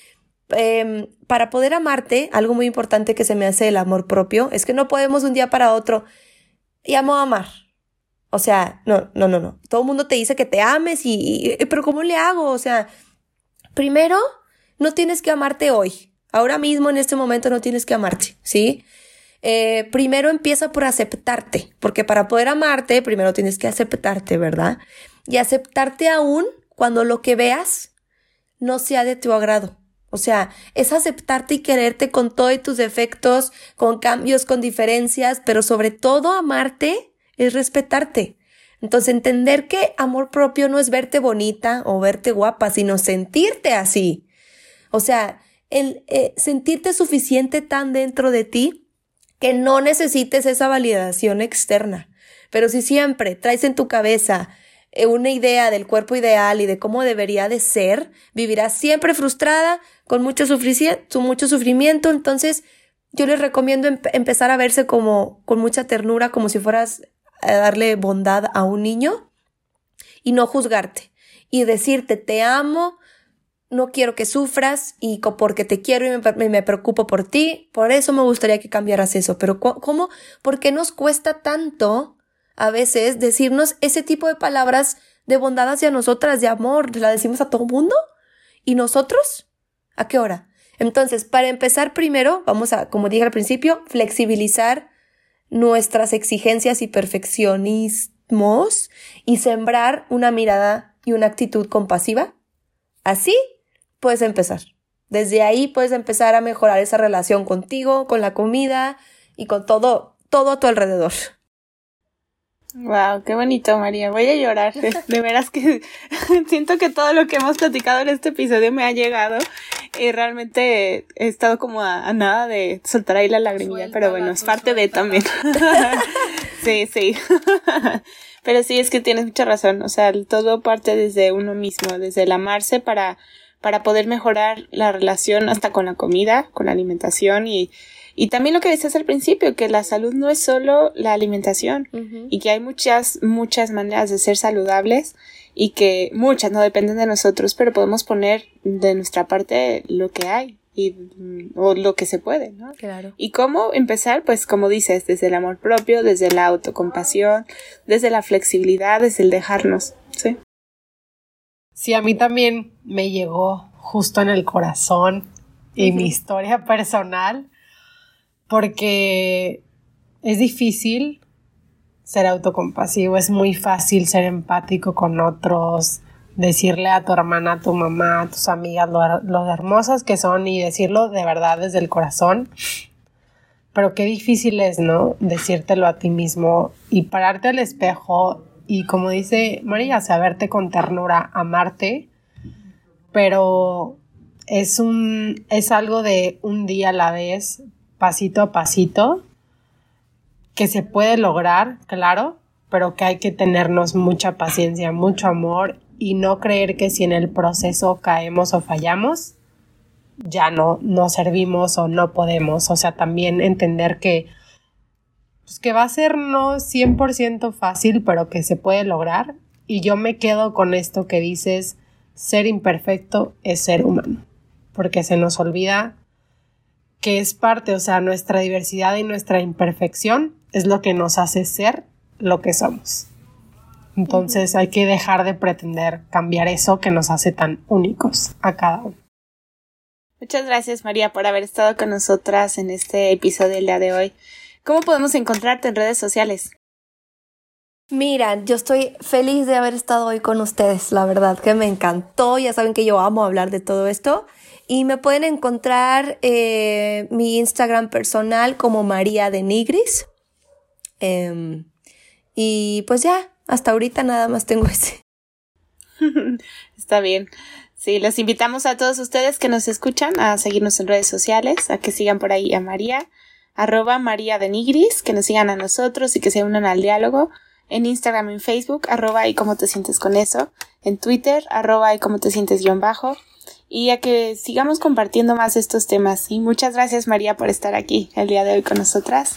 para poder amarte, algo muy importante que se me hace el amor propio es que no podemos de un día para otro y amo a amar. O sea, no. Todo el mundo te dice que te ames pero ¿cómo le hago? O sea, primero, no tienes que amarte hoy. Ahora mismo, en este momento, no tienes que amarte, ¿sí? Primero empieza por aceptarte, porque para poder amarte, primero tienes que aceptarte, ¿verdad? Y aceptarte aún cuando lo que veas no sea de tu agrado. O sea, es aceptarte y quererte con todos tus defectos, con cambios, con diferencias, pero sobre todo amarte es respetarte. Entonces, entender que amor propio no es verte bonita o verte guapa, sino sentirte así. O sea, el sentirte suficiente tan dentro de ti que no necesites esa validación externa. Pero si siempre traes en tu cabeza una idea del cuerpo ideal y de cómo debería de ser, vivirás siempre frustrada, con mucho sufrimiento. Entonces, yo les recomiendo empezar a verse como con mucha ternura, como si fueras a darle bondad a un niño y no juzgarte y decirte te amo, no quiero que sufras y porque te quiero y me preocupo por ti, por eso me gustaría que cambiaras eso. Pero ¿cómo? ¿Por qué nos cuesta tanto a veces decirnos ese tipo de palabras de bondad hacia nosotras, de amor? ¿La decimos a todo mundo? ¿Y nosotros? ¿A qué hora? Entonces, para empezar primero, vamos a, como dije al principio, flexibilizar nuestras exigencias y perfeccionismos y sembrar una mirada y una actitud compasiva. Así puedes empezar. Desde ahí puedes empezar a mejorar esa relación contigo, con la comida y con todo a tu alrededor. Wow, qué bonito, María. Voy a llorar. De veras que siento que todo lo que hemos platicado en este episodio me ha llegado. Y realmente he estado como a nada de soltar ahí la lagrimilla, pero bueno, es parte de también. Sí. Pero sí, es que tienes mucha razón. O sea, todo parte desde uno mismo, desde el amarse para poder mejorar la relación hasta con la comida, con la alimentación y también lo que decías al principio, que la salud no es solo la alimentación y que hay muchas maneras de ser saludables y que muchas no dependen de nosotros, pero podemos poner de nuestra parte lo que hay o lo que se puede, ¿no? Claro. ¿Y cómo empezar? Pues como dices, desde el amor propio, desde la autocompasión, desde la flexibilidad, desde el dejarnos, ¿sí? Sí, a mí también me llegó justo en el corazón y mi historia personal, porque es difícil ser autocompasivo, es muy fácil ser empático con otros, decirle a tu hermana, a tu mamá, a tus amigas lo hermosas que son y decirlo de verdad desde el corazón. Pero qué difícil es, ¿no? Decírtelo a ti mismo y pararte al espejo y, como dice María, saberte con ternura, amarte, pero es algo de un día a la vez, pasito a pasito, que se puede lograr, claro, pero que hay que tenernos mucha paciencia, mucho amor y no creer que si en el proceso caemos o fallamos, ya no servimos o no podemos. O sea, también entender que va a ser no 100% fácil, pero que se puede lograr. Y yo me quedo con esto que dices, ser imperfecto es ser humano, porque se nos olvida que es parte, o sea, nuestra diversidad y nuestra imperfección es lo que nos hace ser lo que somos. Entonces hay que dejar de pretender cambiar eso que nos hace tan únicos a cada uno. Muchas gracias, María, por haber estado con nosotras en este episodio del día de hoy. ¿Cómo podemos encontrarte en redes sociales? Mira, yo estoy feliz de haber estado hoy con ustedes, la verdad que me encantó, ya saben que yo amo hablar de todo esto y me pueden encontrar mi Instagram personal como María de Nigris y pues ya, hasta ahorita nada más tengo ese. Está bien. Sí, los invitamos a todos ustedes que nos escuchan a seguirnos en redes sociales, a que sigan por ahí a María, @María de Nigris, que nos sigan a nosotros y que se unan al diálogo. en Instagram, en Facebook, @y cómo te sientes con eso, en Twitter, @y cómo te sientes _ y a que sigamos compartiendo más estos temas. Y muchas gracias, María, por estar aquí el día de hoy con nosotras.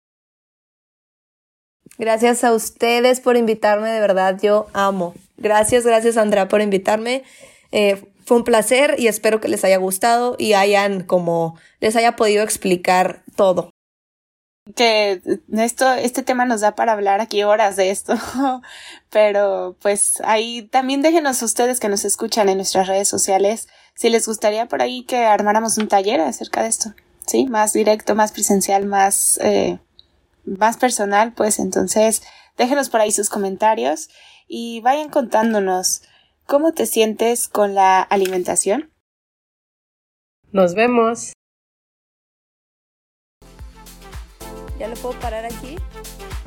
Gracias a ustedes por invitarme, de verdad, yo amo. Gracias, Andrea, por invitarme. Fue un placer y espero que les haya gustado y les haya podido explicar todo. Que este tema nos da para hablar aquí horas de esto, pero pues ahí también déjenos ustedes que nos escuchan en nuestras redes sociales si les gustaría por ahí que armáramos un taller acerca de esto, ¿sí? Más directo, más presencial, más personal, pues entonces déjenos por ahí sus comentarios y vayan contándonos cómo te sientes con la alimentación. Nos vemos. ¿Ya lo puedo parar aquí?